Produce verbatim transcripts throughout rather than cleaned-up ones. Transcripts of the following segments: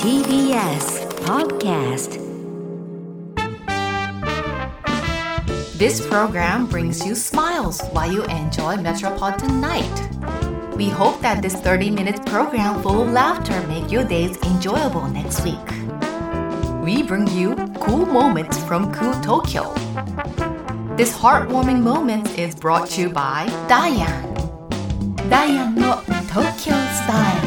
ティービーエス Podcast. This program brings you smiles while you enjoy Metropolitan Night. We hope that this thirty-minute program full of laughter make your days enjoyable next week. We bring you cool moments from cool Tokyo. This heartwarming moment is brought to you by Diane. Diane の Tokyo Style。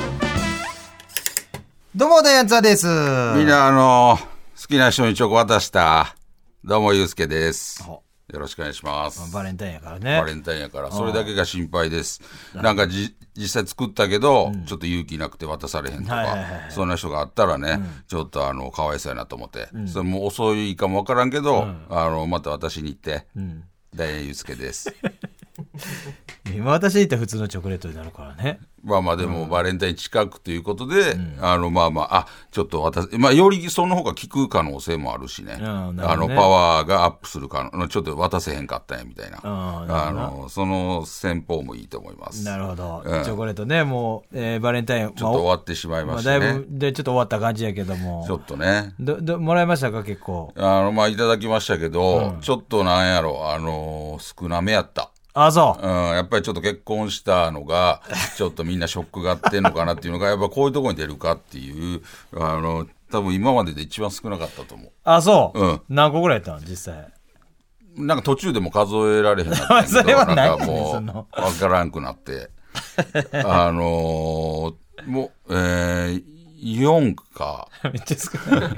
どうもダイアンツァです。 みんなあの好きな人にチョコ渡した。どうもゆうすけです。よろしくお願いします。 バレンタインやからね。 バレンタインやからそれだけが心配です。なんかじ実際作ったけど、うん、ちょっと勇気なくて渡されへんとか、はいはいはいはい、そんな人があったらね、うん、ちょっとあのかわいそうやなと思って、うん、それも遅いかもわからんけど、うん、あのまた私に行って、うん、ダイアンゆうすけです。 今私に言ったら普通のチョコレートになるからね。 まあまあでも、うん、バレンタイン近くということで、うん、あのまあまああちょっと渡す、まあ、よりその方が効く可能性もあるしね、うん、ねあのパワーがアップするかちょっと渡せへんかったんやみたいな、うん、あのその戦法もいいと思います。 なるほど、うん、チョコレートねもう、えー、バレンタインちょっと終わってしまいましたね、 まあ、だいぶでちょっと終わった感じやけどもちょっとねどどもらいましたか結構あのまあいただきましたけど、うん、ちょっとなんやろあの少なめやった。 あそう、 うん、やっぱりちょっと結婚したのがちょっとみんなショックがあってんのかなっていうのがやっぱこういうところに出るかっていうあの多分今までで一番少なかったと思う。 あそう、うん、何個ぐらいやったの実際。 なんか途中でも数えられへんなったんけどそれは何なんかもう分からんくなってあのー、もう、えー、よんかめっちゃ少ない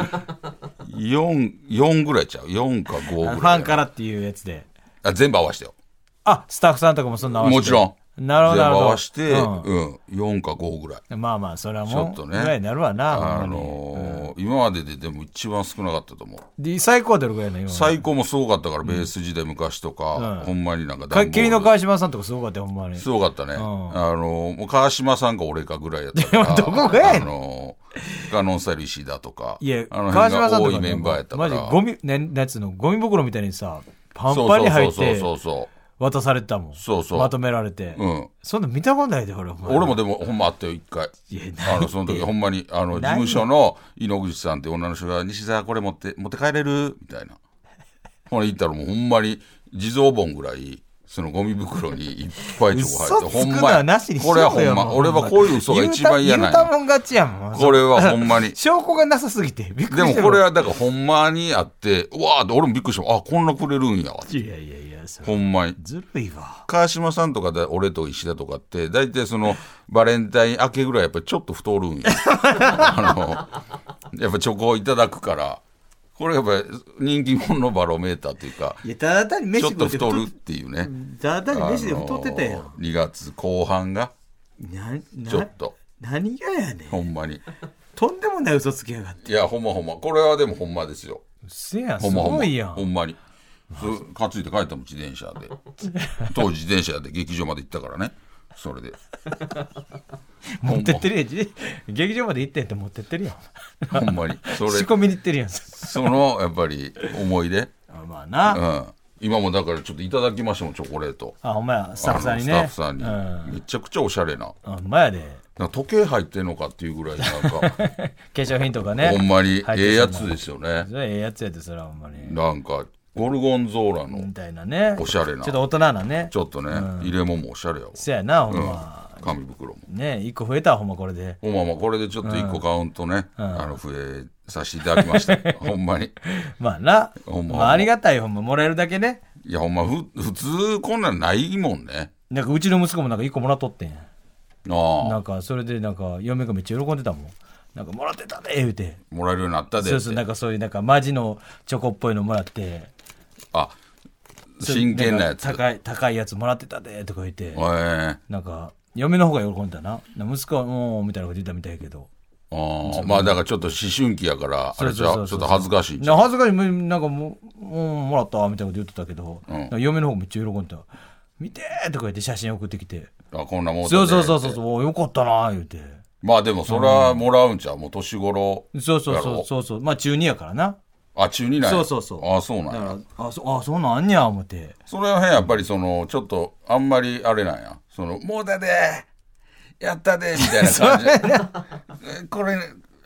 4, 4ぐらいちゃうよんかごぐらい。 ファンからっていうやつであ全部合わせてよ。 あスタッフさんとかもそんな合わせてもちろんなるほど全部合わせて、うんうん、よんかごぐらい。 まあまあそれはもうちょっとねぐらいになるわな、 あのーうん、今までででも一番少なかったと思う。 で最高はどれぐらいの今最高もすごかったから、うん、ベース時代昔とか、うん、ほんまになんか霧の川島さんとかすごかったよほんまにすごかったね、うん、あのー、もう川島さんか俺かぐらいやったからどこがやねん、あのー、カノンスタイル石田とかいやあの辺が多いメンバーやったからマジゴミねやつのゴミ袋みたいにさパンパンに入ってそうそうそうそう渡されてたもん。 そうそうまとめられて、 うん、 そんな見たことないで俺。 俺もでもほんまあったよ一回。いやあのその時ほんまにあの事務所の井ノ口さんって女の人が西澤これ持って持って帰れるみたいな。ほら言ったらもうほんまに地蔵盆ぐらいそのゴミ袋にいっぱいチョコ入ってほんまにこれはほんま俺はこういう嘘が一番嫌なんや。 言うたもん勝ちやもん。 これはほんまに証拠がなさすぎてびっくりした。 でもこれはだからほんまにあってうわーって俺もびっくりした。あこんなくれるんやわ。 いやいやいやほんまにずるいわ。 川島さんとかで俺と石田とかって大体そのバレンタイン明けぐらいやっぱりちょっと太るんやあのやっぱチョコをいただくからこれやっぱり人気者のバロメーターっていうかいやただ単に飯ちょっと太るっていうね。 ただ単に飯で太ってたやん。 にがつこう半がちょっと何がやねんほんまにとんでもない嘘つきやがって。 いやほんまほんまこれはでもほんまですよ。 せやすごいやんほんまに担いで帰ったもん自転車で当時自転車で劇場まで行ったからねそれで持ってってるやん劇場まで行ってんって持ってってるやんほんまにそれ仕込みに行ってるやんそのやっぱり思い出あまあな、うん、 今もだからちょっといただきましたもんチョコレート。 あほんまやスタッフさんにねスタッフさんに、うん、めちゃくちゃおしゃれなあほんまやでなんか時計入ってんのかっていうぐらいなんか化粧品とかねほんまにええやつですよね。 それええやつやでそれはほんまになんかゴルゴンゾーラのみたいなねおしゃれなちょっと大人なねちょっとね、うん、入れ物もおしゃれやわ。 そやなほんま、 うん、紙袋もねいっこ増えたわほんまこれでほんままこれでちょっといっこカウントね、うん、あの増えさせていただきましたほんまにまあなほんま、 まあ、ありがたいほんまもらえるだけね。 いやほんまふ普通こんなんないもんね。 なんかうちの息子もなんかいっこもらっとってんあなんかそれでなんか嫁がめっちゃ喜んでたもん。なんかもらってたで言うてもらえるようになったでそうそうなんかそういうなんかマジのチョコっぽいのもらってあ真剣なやつ高い高いやつもらってたでとか言って、 えー、 なんか嫁の方が喜んだな息子はもうみたいなこと言ったみたいやけどあまあだからちょっと思春期やからあれじゃちょっと恥ずかしい恥ずかしいなんかもうもらったみたいなこと言ってたけど、うん、嫁の方めっちゃ喜んだ見てとか言って写真送ってきてあこんなもんそうそうそうそうよかったな言うてまあでもそれはもらうんちゃう、うん、もう年頃そうそうそうそうそうまあ中にやからなあ中になんやそうそうそうあそうなんやあそあそうなんや思ってそれはやっぱりそのちょっとあんまりあれなんやそのもうだでやったでみたいな感じこれ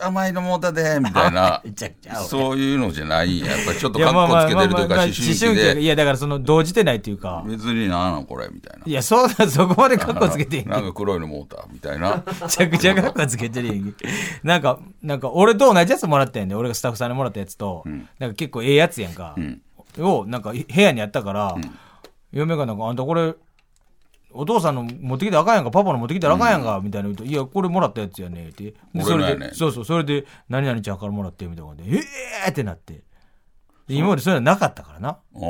甘いのもうたでみたいなめちゃくちゃ青いそういうのじゃないやっぱりちょっといやカッコつけてるというか思春期思春期でいやだからその動じてないっていうか別になんなんこれみたいないやそうだそこまでカッコつけてんなんか黒いのもうたみたいなめちゃくちゃカッコつけてるやんなんかなんか俺と同じやつもらったんで俺がスタッフさんにもらったやつと、うん、なんか結構ええやつやんか、うん、をなんか部屋にあったから、うん、嫁がなんかあんたこれお父さんの持ってきたらあかんやんかパパの持ってきたらあかんやんか、うん、みたいな言うといやこれもらったやつやねってでそれで、ね、そうそうそれで何々ちゃんからもらってみたいな感じでええーってなって今までそういうのなかったからなあ、 うん、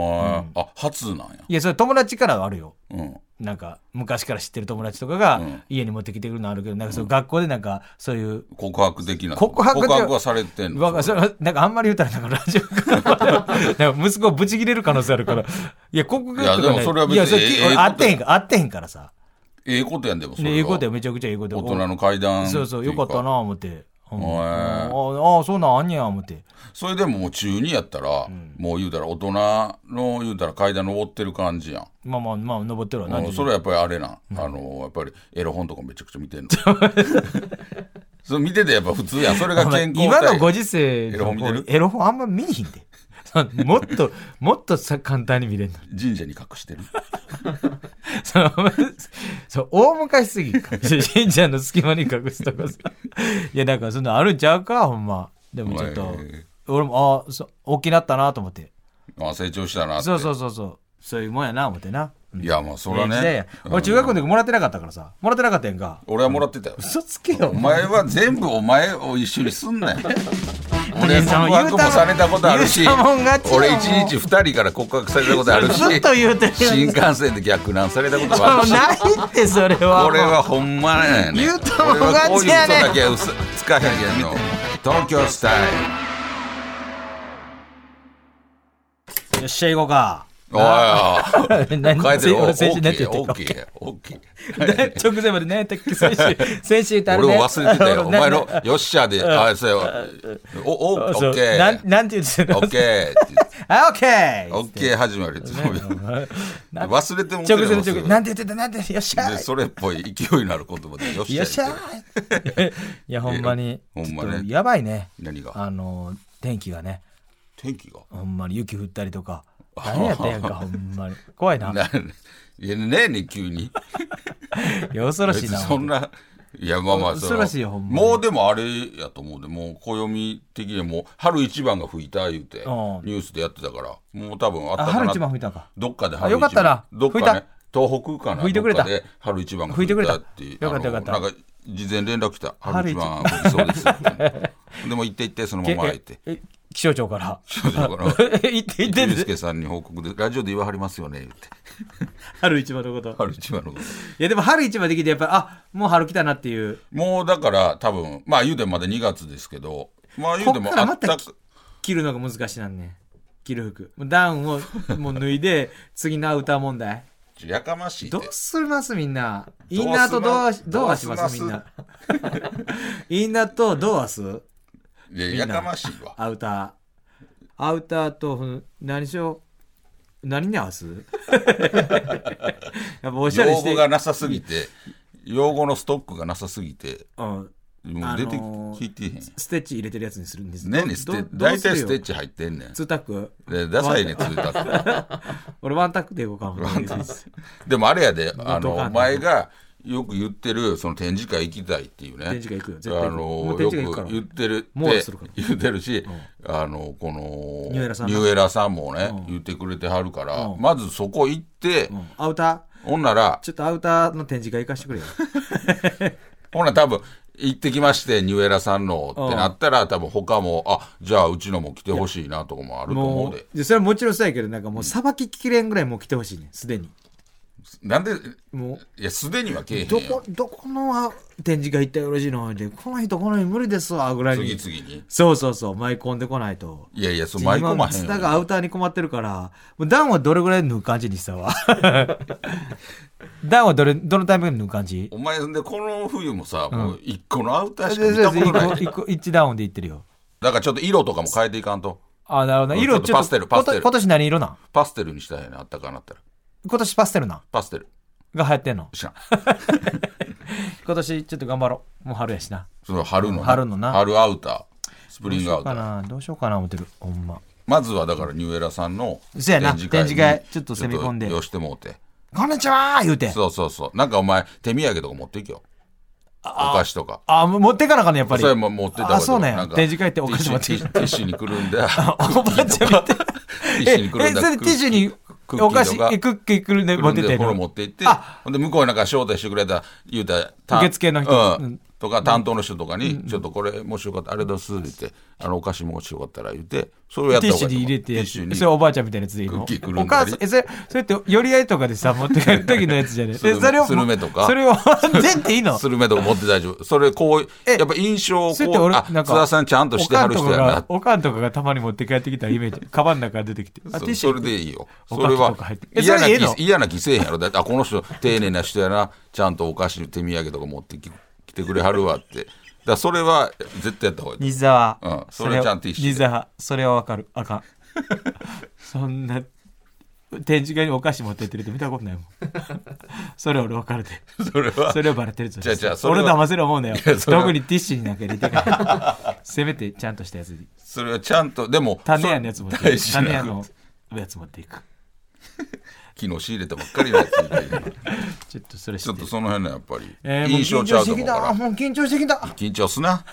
あ初なんやいやそれ友達からはあるよ、うん、なんか昔から知ってる友達とかが家に持ってきてくるのあるけどなんかその学校でなんかそういう告白的な告白告白はされてんのそれなんかあんまり言うたらなんかラジオからなんか息子をブチ切れる可能性あるからいや告白とか、ね、 いやでもそれは別にいやそれ、 ええ、あってへんかあってへんからさええことやんでもそれはええことやめちゃくちゃええこと大人の階段そうそうよかったな思ってうん、ああそうなんあんねや思ってそれでももう中にやったら、うん、もう言うたら大人の言うたら階段登ってる感じやんまあまあまあ登ってるわなそれはやっぱりあれな、うん、あのやっぱりエロ本とかめちゃくちゃ見てんのそれ見ててやっぱ普通やんそれが健康今のご時世エロ本見てるエロ本あんま見えひんでもっともっとさ簡単に見れるの神社に隠してるそのそう大昔すぎるか神社の隙間に隠すとかさいやだからそんなあるんちゃうかほんまでもちょっと俺もあそ大きなったなと思ってあ成長したなってそうそうそうそうそういうもんやな思ってな、 うん、いやまあそれはね俺中学校の時もらってなかったからさもらってなかったやんか俺はもらってたよ嘘つけよお前は全部お前を一緒にすんなよ俺告白もされたことあるし俺一日二人から告白されたことあるしずっと言うてる新幹線で逆難されたこともあるしないってそれはこれはほんまね言うたもん勝ちやね俺はこういう嘘だけつかへんけど東京スタイルよっしゃ行こうかおいおい何書いてる俺先週何て言ってオッケーオッケー直前までね先週先週俺も忘れてたよお前のよっしゃであそうおおオッケーなんなんて言ってたのオッケーあオッケーオッケー始まり忘れても直前の直前なんて言ってたなんてよっしゃでそれっぽい勢いになる言葉でよっしゃよっしゃいやほんまにほんまねやばいね何があの天気がね天気がほんまに雪降ったりとか何やったんやんかほんまに怖いな。 いやねえね急に。 いや恐ろしいな。 そんないやまあまあ恐ろしいよほんまに。 もうでもあれやと思うでもう暦的にもう春一番が吹いた言うてニュースでやってたからもう多分あったかな。 春一番吹いたか。 どっかで春一番。 よかったな。 どっかね東北かな。 吹いてくれた。 どっかで春一番が吹いたっていう。 よかったよかった。 なんか事前連絡来た春一番吹きそうですでも行って行ってそのまま行って気象庁から気象庁から行って行ってゆうすけさんに報告でラジオで言わはりますよね言って春一番のこと春一番のこといやでも春一番できてやっぱりあもう春来たなっていうもうだから多分まあ言うてもまだにがつですけどまあ言うてもあったか着るのが難しいなんね着る服ダウンをもう脱いで次のアウター問題やかましいどうするますみんなインナーとドアどうはしますみんなインナーとどうはすいややかましいわアウターアウターと何しよう何に合わすやっぱおしゃれして用語がなさすぎて用語のストックがなさすぎて、 うん、 もう出てきてへん、あのー、 ステッチ入れてるやつにするんですねにステ大体ステッチ入ってんねんツータックでダサいねツータック俺ワンタックでいこうかなでもあれやであの前がよく言ってるその展示会行きたいっていうね展示会行くよ絶対行くあのよく言ってるって言ってるし、うん、あのこのニューエラさんニューエラさんもね、うん、言ってくれてはるから、うん、まずそこ行って、うん、 アウターほんならちょっとアウターの展示会行かしてくれよほんなら多分行ってきましてニューエラさんのってなったら多分他もあじゃあうちのも来てほしいなとかもあると思うででそれはもちろんそうやけどなんかもうさばききれんぐらいもう来てほしいねすでになんでもういやすでにはけえへんどこどこの展示会行ったらよろしいのでこの人この人無理ですわぐらいに次々にそうそうそう舞い込んでこないといやいやそう舞い込まへんよ、ね、 津田がアウターに困ってるからもうダウンはどれぐらい縫う感じにしたわダウンはどれどのタイミングで縫う感じお前でこの冬もさ、うん、もういっこのアウターしか見たことないいっこいちダウンでいってるよだからちょっと色とかも変えていかんとあなるほど、ね、色ちょっとパステルパステル今年何色なんパステルにしたいねあったかなったら今年パステルなんパステルが流行ってんの知らん今年ちょっと頑張ろう。もう春やしな。 その春のな春のな春アウタースプリングアウターどうしようかなどうしようかな思ってるほんま。 まずはだからニューエラさんのそうやな展示会に展示会ちょっと攻め込んでちょっと寄してもうてこんにちはー言うて。 そうそうそうなんかお前手土産とか持っていけよお菓子とかあ持ってかなあかんねやっぱり。 それも持ってた方がいいあそうねなんか展示会ってお菓子持ってティッシュティッシュにくるんでおばあちゃんみたいな。 ティッシュにくるんだええそれでティッシュにクッキーとかお菓子えクッキーくるんで持っててこれ持って行ってあほんで向こうになんか招待してくれた言うたらた受付の人うんうんとか担当の人とかに、ちょっとこれもしよかったらあれどうすって言ってあのお菓子もしよかったら言ってそれをやったティッ方がいいシュに入れてティッシュにそれおばあちゃんみたいなやつでいいの。 クッキーくるんだりお母さんえそれそれって寄り合いとかでさ持って帰る時のやつじゃねえスルメそれをスルメとかそれを全っていいの。 スルメとか持って大丈夫それこうえやっぱ印象をそれってこうあ俺なんか津田さんちゃんとしてはる人やなおかんとかがたまに持って帰ってきたイメージカバンの中から出てきてあティッシュそれでいいよお菓子それはとか入ってえ嫌なそれええの気嫌な気せえへんやろだってあこの人丁寧な人やなちゃんとお菓子手土産とか持ってき来てくれはるわってだからそれは絶対やった方がいい西沢、 うんそれはちゃんとティッシュで西沢それはわかるあかんそんな展示会にお菓子持ってってるって見たことないもんそれ俺わかるでそれはそれはバレてるぞじゃあじゃあそれは俺騙せる思うんだよいやそれは特にティッシュになんか入れてからせめてちゃんとしたやつにそれはちゃんとでも種屋のやつ持っていく大事な種屋のやつ持っていく昨日仕入れたばっかりのやつみたいなちょっとそれ知ちょってるっとその辺のやっぱりえーもう印象ちゃうと思うからもう緊張してきたもう緊張して緊張すな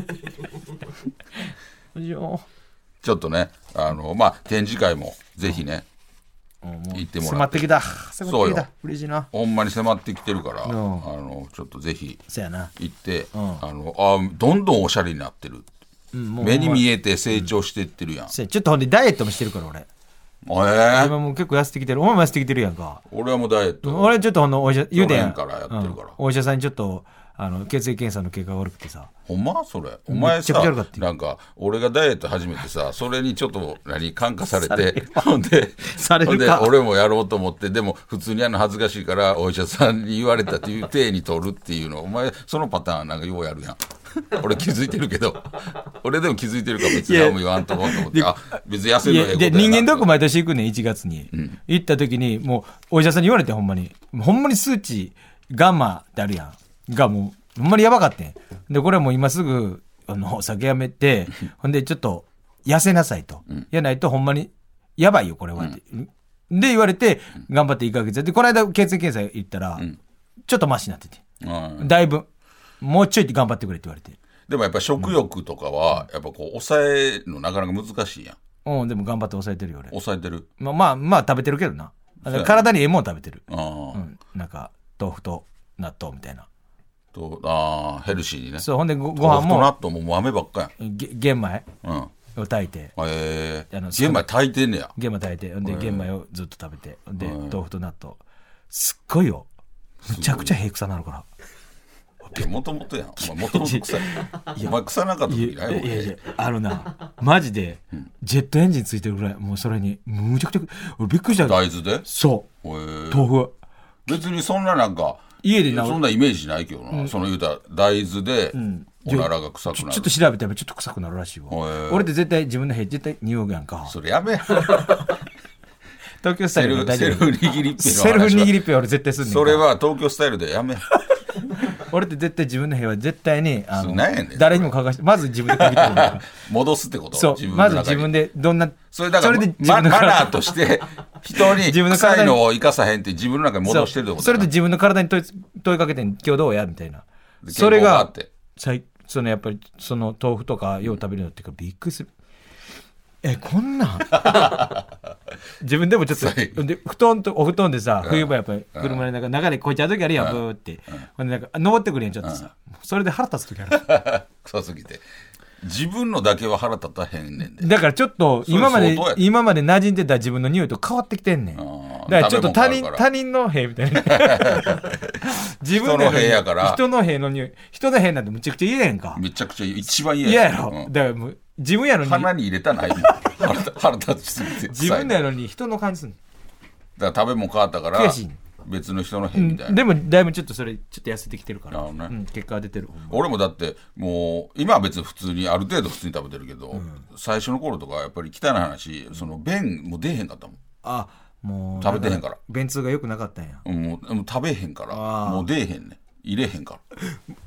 きたよちょっとねあのまあ展示会もぜひね行ってもらって迫ってきた迫ってきた嬉しいなほんまに迫ってきてるから、 んあのちょっとぜひそやな行って、 んあのあどんどんおしゃれになってる、 うんもう目に見ええて成長していってるやん、 ちょっとほんでダイエットもしてるから俺えー今もう結構痩せてきてるお前も痩せてきてるやんか俺はもうダイエット俺ちょっとほんのお医者言うてんやん去年からやってるからうんお医者さんにちょっとあの血液検査の結果が悪くてさほんまそれお前めっちゃくちゃさ悪かったよなんか俺がダイエット始めてさそれにちょっと何感化されてほんでされるかほんで俺もやろうと思ってでも普通にやるの恥ずかしいからお医者さんに言われたっていう体に取るっていうのお前そのパターンなんかようやるやん俺気づいてるけど俺でも気づいてるから別に何も言わんとこうと思ってあ別に痩せいるのええことやなやで人間ドック毎年行くねんいちがつに、行った時にもうお医者さんに言われてほんまにほんまに数値ガンマってあるやんがもうほんまにやばかってんでこれはもう今すぐあのお酒やめてほんでちょっと痩せなさいと、うん、やないとほんまにやばいよこれはって、うん、で言われて頑張っていっかげつでこの間血液検査行ったら、うん、ちょっとマシになってて、うん、だいぶもうちょい頑張ってくれって言われてでもやっぱ食欲とかはやっぱこう抑えるのなかなか難しいやんうんでも頑張って抑えてるよ俺抑えてるまあまあまあ食べてるけどな体にええもん食べてるあ、 うん、なんか豆腐と納豆みたいなとあヘルシーにねそうほんで ご, ご飯も豆腐と納豆も豆ばっかやんげ玄米うんを炊いてええあの玄米炊いてんねや玄米炊いてで玄米をずっと食べてで豆腐と納豆すっごいよめちゃくちゃ平草なるからいやもともとやんお前もともと臭いお前臭なかった時ないもんいやいやあのなマジでジェットエンジンついてるぐらいもうそれにむちゃくちゃ俺びっくりした大豆でそう豆腐別にそんななんか家でなそんなイメージないけどな、うん、その言うたら大豆でおならが臭くなる、 ちょ、ちょっと調べてちょっと臭くなるらしいわ俺って絶対自分の部屋絶対匂うやんかそれやめ東京スタイルの大丈夫セルフ握りっぺのセルフ握りっぺ俺絶対すんねんそれは東京スタイルでやめ俺って絶対自分の部屋は絶対にあの何やねん誰にもかかしてまず自分でかけてるから戻すってことそうまず自分でどんなそれだからそれでマナーとして人に臭いのを生かさへんって自分の中に戻してるってことだそれで自分の体に問い、問いかけてん今日どうやみたいなそれがそのやっぱりその豆腐とかよう食べるのっていうかびっくりするえこんなん自分でもちょっとで布団とお布団でさ冬場やっぱり車の中中でこいちゃう時あるやんブーってほんでなんか登ってくるやんちょっとさそれで腹立つ時ある臭すぎて自分のだけは腹立たへんねんでだからちょっと今まで今まで馴染んでた自分の匂いと変わってきてんねんだからちょっと他人他人の部屋みたいな自分の部屋やから人の部屋の匂い人の部屋なんてむちゃくちゃ嫌やんかめちゃくちゃ一番嫌ややろ、うん、だからもう自分やのに鼻に入れたない腹立ちすぎて自分やのに人の感じすんねんだから食べも変わったから別の人の部屋みたいな、 うん、でもだいぶちょっとそれちょっと痩せてきてるから、ねうん、結果が出てる俺もだってもう今は別に普通にある程度普通に食べてるけど、うん、最初の頃とかやっぱり汚い話その便も出へんかったもんあもう食べてへんから便通が良くなかったんやもうもう食べへんからもう出えへんね入れへんから。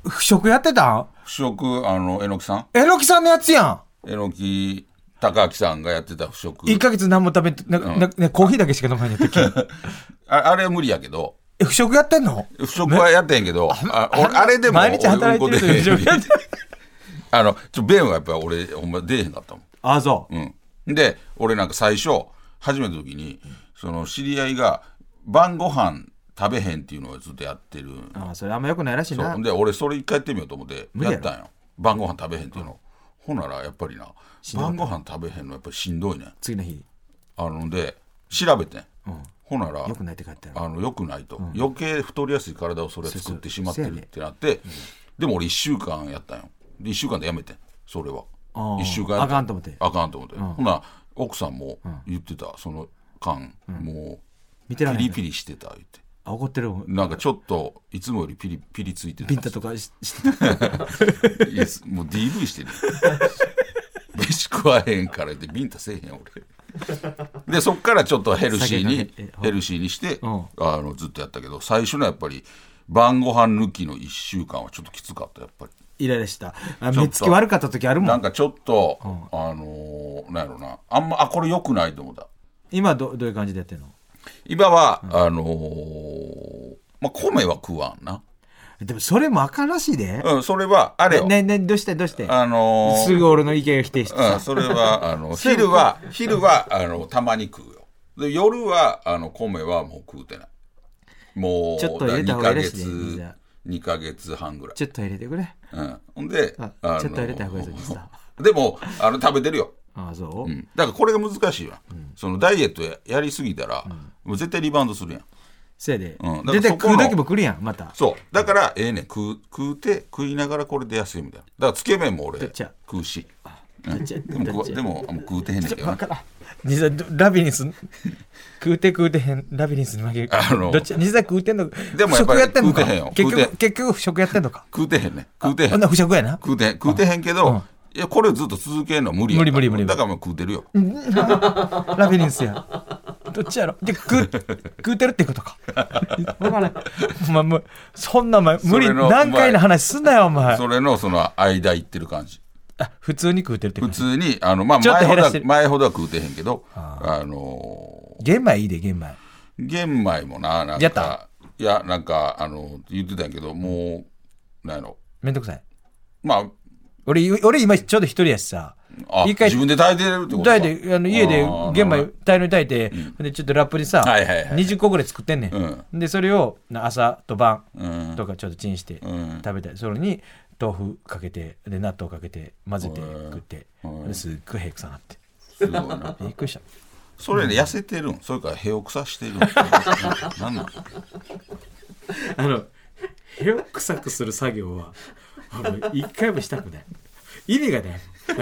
腐食やってたん？ 腐食、あの、えのきさんえのきさんのやつやん。えのき高明さんがやってた腐食。 いっかげつ何も食べて、な、うん、な、ね、コーヒーだけしか飲まないんやったっけあ, あれは無理やけど。 え、腐食やってんの？ 腐食はやってんけど、あ, あ, あ, あれでも。 毎日働いてると腐食やってあの、ちょ、便はやっぱり俺、ほんま出えへんかったもん。 あ、そう。 うん。で、俺なんか最初、始めた時に、その知り合いが晩ご飯食べへんっていうのをずっとやってる。 ああ、それあんま良くないらしいな。 そうで俺それ一回やってみようと思ってやったんよ。晩ご飯食べへんっていうの、うん、ほんならやっぱりな晩ご飯食べへんのやっぱりしんどいね。 次の日あので調べてん、うん、ほんなら良くないって書いてある。 あの良くないと、うん、余計太りやすい体をそれ作ってしまってるってなって、うん、でも俺いっしゅうかんやったんよ。でいっしゅうかんでやめてんそれは。いっしゅうかんあかんと思ってあかんと思って、うん、ほな奥さんも言ってた、その間、うん、もうピリピリしてた言って。 あ、怒ってる。 なんかちょっといつもよりピリピリついてる。 ビンタとか し, してたいやもう ディーブイ してる飯食わへんからってビンタせえへん俺でそっからちょっとヘルシーにヘルシーにして、うん、あのずっとやったけど最初のやっぱり晩ご飯抜きのいっしゅうかんはちょっときつかった。やっぱりイライラした。あ、目つき悪かった時あるもん。 なんかちょっと、うん、あのー、なんやろな、あんまあこれ良くないと思った。 今どどういう感じでやってんの？ 今は、うん、あのー、まあ米は食わんな。 でもそれもあかんらしいで。 うん、それはあれよ。 ねねどうしてどうして。 あのー、 すぐ俺の意見を否定してさ。 うん、それはあの昼は昼はあのたまに食うよ。で夜はあの米はもう食うてない。もうちょっと入れた方がいいらしいで。 にかげつはんぐらい。 ちょっと入れてくれ。 うん。ほんで、 ああのー、ちょっと入れた方がいいですさ。 でもあの食べてるよ。 ああそう、 うん、だからこれが難しいわ、うん、そのダイエット や, やりすぎたら、うん、もう絶対リバウンドするやん。 そやで、 うん、 絶対食う時も来るやんまた。 そうだからええねん 食, 食うて食いながらこれで痩せるみたいな。だからつけ麺も俺食うし、うん、でもでも食うてへんねんけどな。 実際ラビリンス食うて食うてへんラビリンスに負ける。あのどっち実際食うてんの。 でもやっぱり食うてへんよ。 結局結局不食やってんのか。 食うてへんねん食うてへん。 ほんな不食やな。 食うてへん食うてへんけど、うん、いやこれずっと続けるのは無理やん。 無理無理無理。 だからもう食うてるよ。 ラビリンスや。どっちやろ。で食う食うてるってことか。分からん。お前もうそんな前無理難解な話すんなよお前。 それのその間行ってる感じ。 あ普通に食うてるって感じ。普通にあのまあ前ほどは前ほどは食うてへんけど、あ, あのー、玄米いいで玄米。 玄米もななんかやったいやなんかあの言ってたんやけどもうなんやろ。 めんどくさい。 まあ。 俺, 俺今ちょうど一人やしさ。 あ一回自分で炊いてるってことか。 炊いてあの家で玄米大量に炊いて、うん、でちょっとラップにさ、はいはいはい、にじゅっこぐらい作ってんねん、うん、でそれを朝と晩とかちょっとチンして食べたり、それに豆腐かけてで納豆かけて混ぜて食って、すっごいへくさなって。 すごいな。 びっくりした。 それで痩せてるん、それからへをくさしてるんなんなんあのへをくさくする作業は一回もしたくない。意味がない。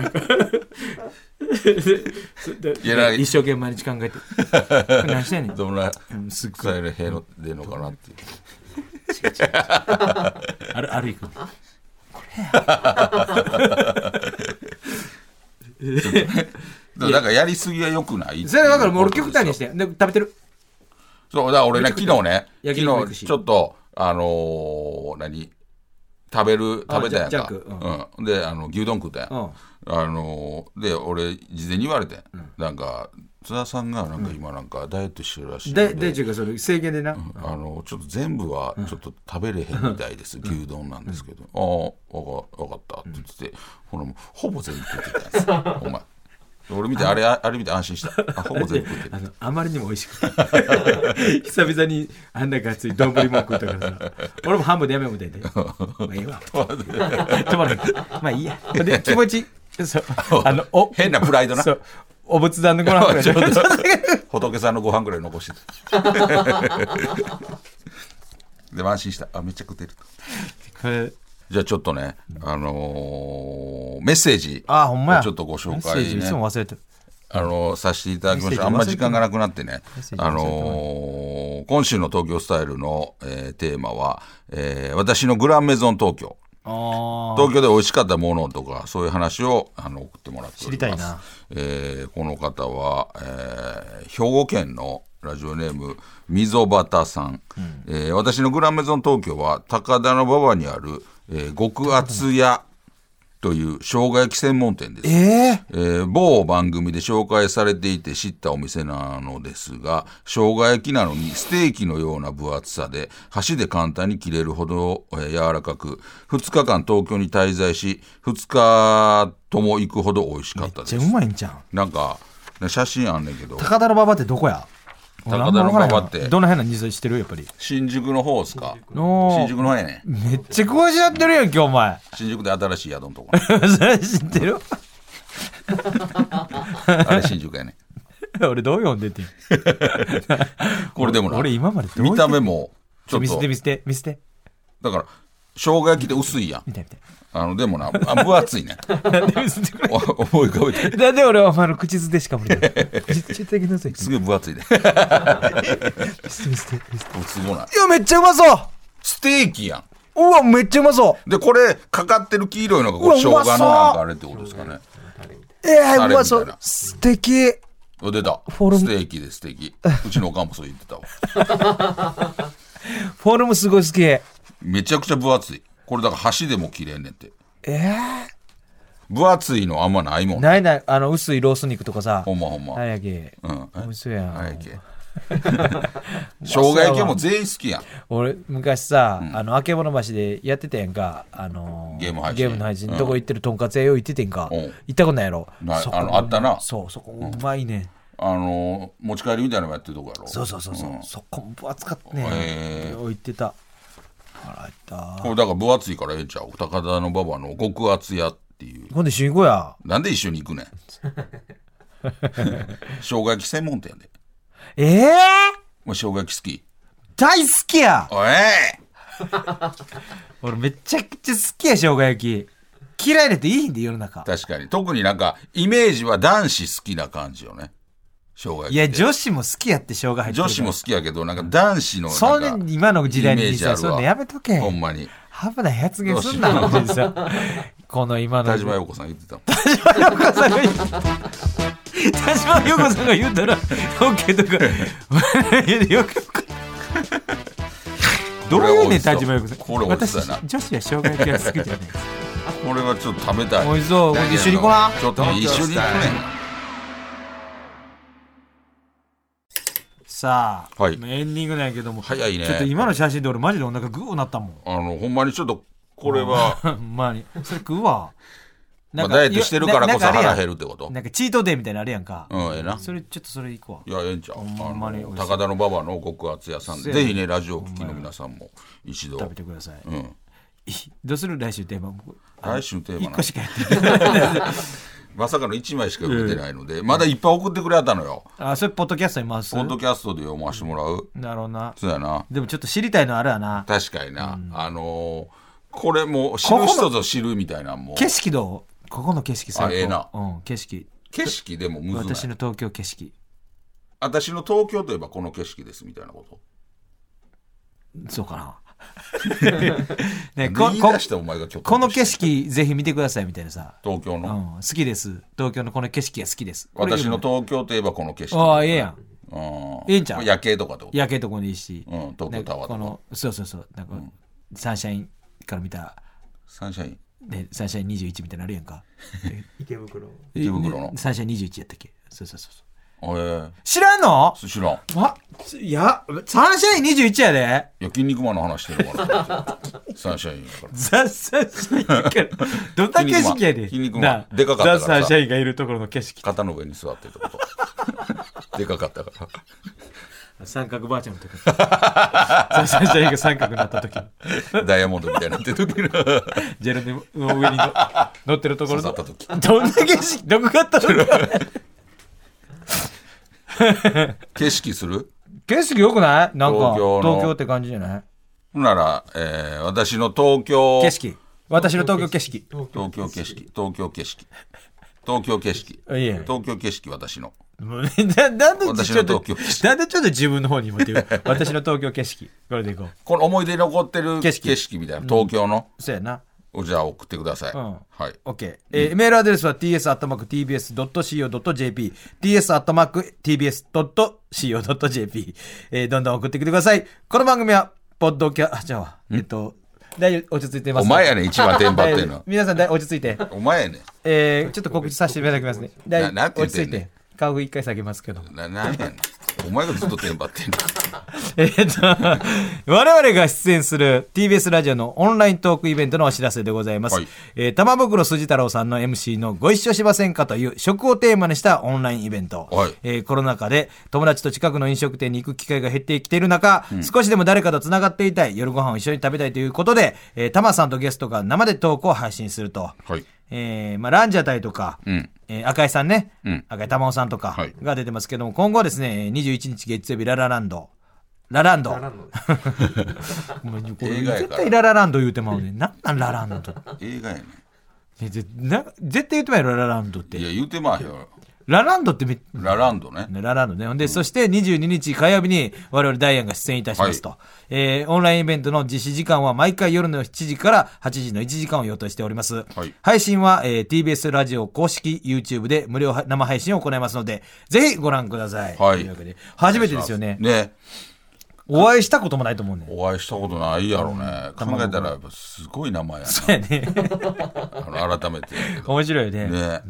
いや一生懸命毎日考えて何してんねん。 どんなすっごいへの出んのかなっていう。 違う違う違うあるあるいくこれやだからやりすぎは良くない。 それだからもう俺極端にしてで食べてる。 そうだから俺ね昨日ね昨日ちょっとあのー、何食べる食べたやんか、うん、であの牛丼食ったやん、うん、あので俺事前に言われて、うん、なんか津田さんがなんか今なんかダイエットしてるらしいんで、 うん、ででそれ制限でな、うん、 あのちょっと全部はちょっと食べれへんみたいです、うん、牛丼なんですけど、うん、ああ分かったって言ってて、うん、ほらもうほぼ全部食ってたやつお前俺見てあれあれ見て安心した。あほぼ全部食ってる。 あのあまりにも美味しくて久々にあんながっつり丼も食ったからさ俺も半分でやめようみたいでまあいいわ止まらないまあいいやで気持ちそうあのお変なプライドな。 そうお仏壇のご飯ぐらい仏さんのご飯ぐらい残してで安心した。あめっちゃ食ってるこれ。じゃあちょっとね、あのー、メッセージをちょっとご紹介、ね、 いつも忘れてるあのー、させていただきました。あんま時間がなくなってね、あのー、今週の東京スタイルの、えー、テーマは、えー、私のグランメゾン東京。あ東京で美味しかったものとかそういう話をあの送ってもらっております。 知りたいな。 えー、この方は、えー、兵庫県の、 ラジオネーム溝端さん、うんえー、私のグランメゾン東京は高田馬場にある、えー、極厚屋という生姜焼き専門店です、 えーえー、某番組で紹介されていて知ったお店なのですが、生姜焼きなのにステーキのような分厚さで箸で簡単に切れるほど、えー、柔らかく、ふつかかん東京に滞在しふつかとも行くほど美味しかったです。 めっちゃうまいんちゃう。 なんか写真あんねんけど、 高田馬場ってどこや。 高田馬場ってどの辺の水してる。やっぱり新宿の方ですか。 新宿の方やね。 めっちゃ詳しなってるやん今日お前。 新宿で新しい宿のとこそれ知ってるあれ新宿やね。 俺どう読んでてんこれでもな、 俺今までどう見た目もちょっと見せて見せて見せて。 だから生姜焼きって薄いやん。 見て見て。 あのでもな、あ分厚いね。 なんで見せてくれ。 思い浮かべて。 なんで俺はお前の口づてしか無理だ。めっちゃ的なさい。 すげえ分厚いで。 見せて見せて見せて。 すごない。 いやめっちゃうまそう。 ステーキやん。 うわめっちゃうまそう。 でこれかかってる黄色いのがこう生姜のなんかあれってことですかね。 えー、うまそう。素敵。 出た。 フォルムステーキでステーキ。うちのおかんもそう言ってたわ。 フォルムすごい好き。 めちゃくちゃ分厚い。これだから箸でも切れんねんって。 えー、 分厚いのあんまないもん。 ないない。あの薄いロース肉とかさ。 ほんまほんま。 あやけ。 うん。 美味しそうやん。 あやけ。生姜焼きも全員好きやん。 俺昔さ、 うん、 あのあけぼの橋でやってたやんか、あのー、 ゲーム配信ゲームの配信のとこ行ってるとんかつ屋よう行っててんか、 うん、 行ったことないやろ。 ない。 そこあのあったな。 そうそこうまいね、 うん、あのー、持ち帰りみたいなのやってるとこやろ。 そうそうそうそう、うん、そこも分厚かったね。 えー、 行ってた。あらいた。 これだから分厚いからええんちゃう。高田馬場の極厚屋っていう。 今度一緒に行こうや。 なんで一緒に行くねん。生姜焼き専門店で。 ええー、 もう生姜焼き好き。 大好きや。 おい俺めちゃくちゃ好きや生姜焼き。嫌いだっていいんで世の中。 確かに。特になんかイメージは男子好きな感じよね。生姜焼き。 いや女子も好きやって生姜入ってる。 女子も好きやけどなんか男子のなんかそん今の時代にさそんなやめとけ。 ほんまに。 危ない発言すんなほんとさ。この今の田島陽子さん言ってた。 田島陽子さんが言ってた。田島陽子さんが言ったら OK とかよくどういうねん田島陽子さん。 これ美味しそうやな。 私女子は生姜焼きが好きじゃない。 これはちょっと食べたい。 美味しそう。一緒に行こうな。 ちょっと一緒に行くね。 さあ、 はい、 エンディングなんやけども早いね。 ちょっと今の写真で俺マジでお腹グーなったもん。 あのほんまにちょっとこれはほんまにそれ食うわ。 まあ、ダイエットしてるからこそ腹減るってこと。 なんかチートデーみたいなのあるやんか。 うんええな。 それちょっとそれいくわ。 いやええんちゃう。 ほんまに高田馬場の極厚屋さんでぜひねラジオを聴きの皆さんも一度食べてください。 うん。 どうする来週テーマ。 来週テーマいっこしかやってないまさかのいちまいしか受けてないので、うん、まだいっぱい送ってくれたのよ。 あ、それポッドキャストに回す。 ポッドキャストで読ませてもらう。 なるほどな。 そうやな。 でもちょっと知りたいのあるやな。 確かにな、うん、あのー、これも知る人ぞ知るみたいなもん。 景色どう？ここの景色最高。 あ、ええな。 うん、景色。 景色でもむずない。 私の東京景色。 私の東京といえばこの景色ですみたいなこと。 そうかな。 ね、こ, こ, この景色ぜひ見てくださいみたいなさ。 東京の、 うん、好きです。東京のこの景色が好きです。 私の東京といえばこの景色。 ああ、ええやん。ええんちゃう。 夜景とかってこと。 夜景とかでいいし、 うん、東京タワーとか。 このそうそうそうなんか、うん、サンシャインから見たサンシャインね、サンシャインにじゅういちみたいなのあるやんか。 池袋池袋のサンシャインにじゅういちやったっけ。そうそうそうそう。 えー、 知らんの？ 知らん。 わいやサンシャインにじゅういちやで。 いや筋肉マンの話してるからサンシャインからザ・サンシャインからどんな景色やで。 筋肉マンでかかったからさ。 ザ・サンシャインがいるところの景色。 肩の上に座ってるってことでかかったから三角ばあちゃんの時ザ・サンシャインが三角になった時ダイヤモンドみたいになってる時のジェルの上に乗ってるところの刺さった時どんな景色どこがあったの景色する？ 景色よくない？なんか東京の東京って感じじゃない？ なら、えー、私の東京景色私の東京景色東京景色東京景色東京景色いや東京景色私のな, なんで私の東京景色なんでちょっと自分の方に持ってる私の東京景色これでいこう。 この思い出に残ってる景色色みたいな東京の、 うん、そうやなをじゃあ送ってください、 うん、 はい、 OK、えー、メールアドレスは ティーエス アットマーク ティービーエス ドット シーオー ドット ジェーピー ティーエス アットマーク ティービーエス ドット シーオー ドット ジェーピー、えー、どんどん送ってきてください。この番組はポッドキャあじゃあえっと大丈夫落ち着いてます。 お前やねん一番テンパってんの皆さんだ落ち着いてお前やねん、 えー、ちょっと告知させていただきますね。 ななんて言落ち着いってんねんて顔一回下げますけどな何やねんお前がずっとテンパってんのえっと我々が出演する ティービーエス ラジオのオンライントークイベントのお知らせでございます、はい、えー、玉袋筋太郎さんの エムシー のご一緒しませんかという食をテーマにしたオンラインイベント、はい、えー、コロナ禍で友達と近くの飲食店に行く機会が減ってきている中、うん、少しでも誰かとつながっていたい、夜ご飯を一緒に食べたいということで、えー、玉さんとゲストが生でトークを配信すると、はい、えーまあ、ランジャタイとか、うん、えー、赤井さんね、うん、赤井玉緒さんとかが出てますけども、はい、今後はですねにじゅういちにち月曜日ララランドラランドラランドこれ絶対ララランド言うてまうねん。なんなんラランド映画やねん。 絶対言うてまうよララランドって。 いや言うてまうよラランドってめラランドね。 ラランドね。で、うん、そしてにじゅうににち火曜日に我々ダイアンが出演いたしますと。はい、えー、オンラインイベントの実施時間は毎回夜のしちじからはちじのいちじかんを予定しております。はい、配信は、えー、ティービーエス ラジオ公式 YouTube で無料生配信を行いますので、ぜひご覧ください。はい。というわけで、初めてですよね。ね。お会いしたこともないと思うね。 お会いしたことないやろね。考えたらやっぱすごい名前やな。 そうやね。 あの改めて。 面白いよね。ね。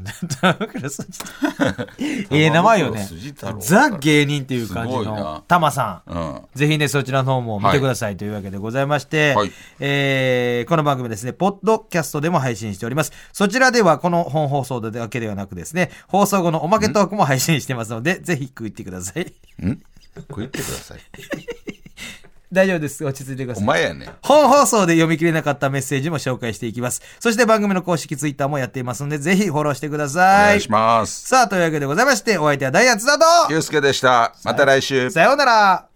ええ名前よね。ザ芸人っていう感じのタマさん、うん。ぜひねそちらの方も見てくださいというわけでございまして、はい、えー、この番組ですねポッドキャストでも配信しております。そちらではこの本放送だけではなくですね、放送後のおまけトークも配信してますので、ぜひ聞いてください。 ん？食いってください。 大丈夫です。落ち着いてください。 お前やね。 本放送で読み切れなかったメッセージも紹介していきます。そして番組の公式ツイッターもやっていますので、ぜひフォローしてください。お願いします。 さあ、というわけでございまして、お相手はダイアン津田とゆうすけでした。また来週。 さようなら。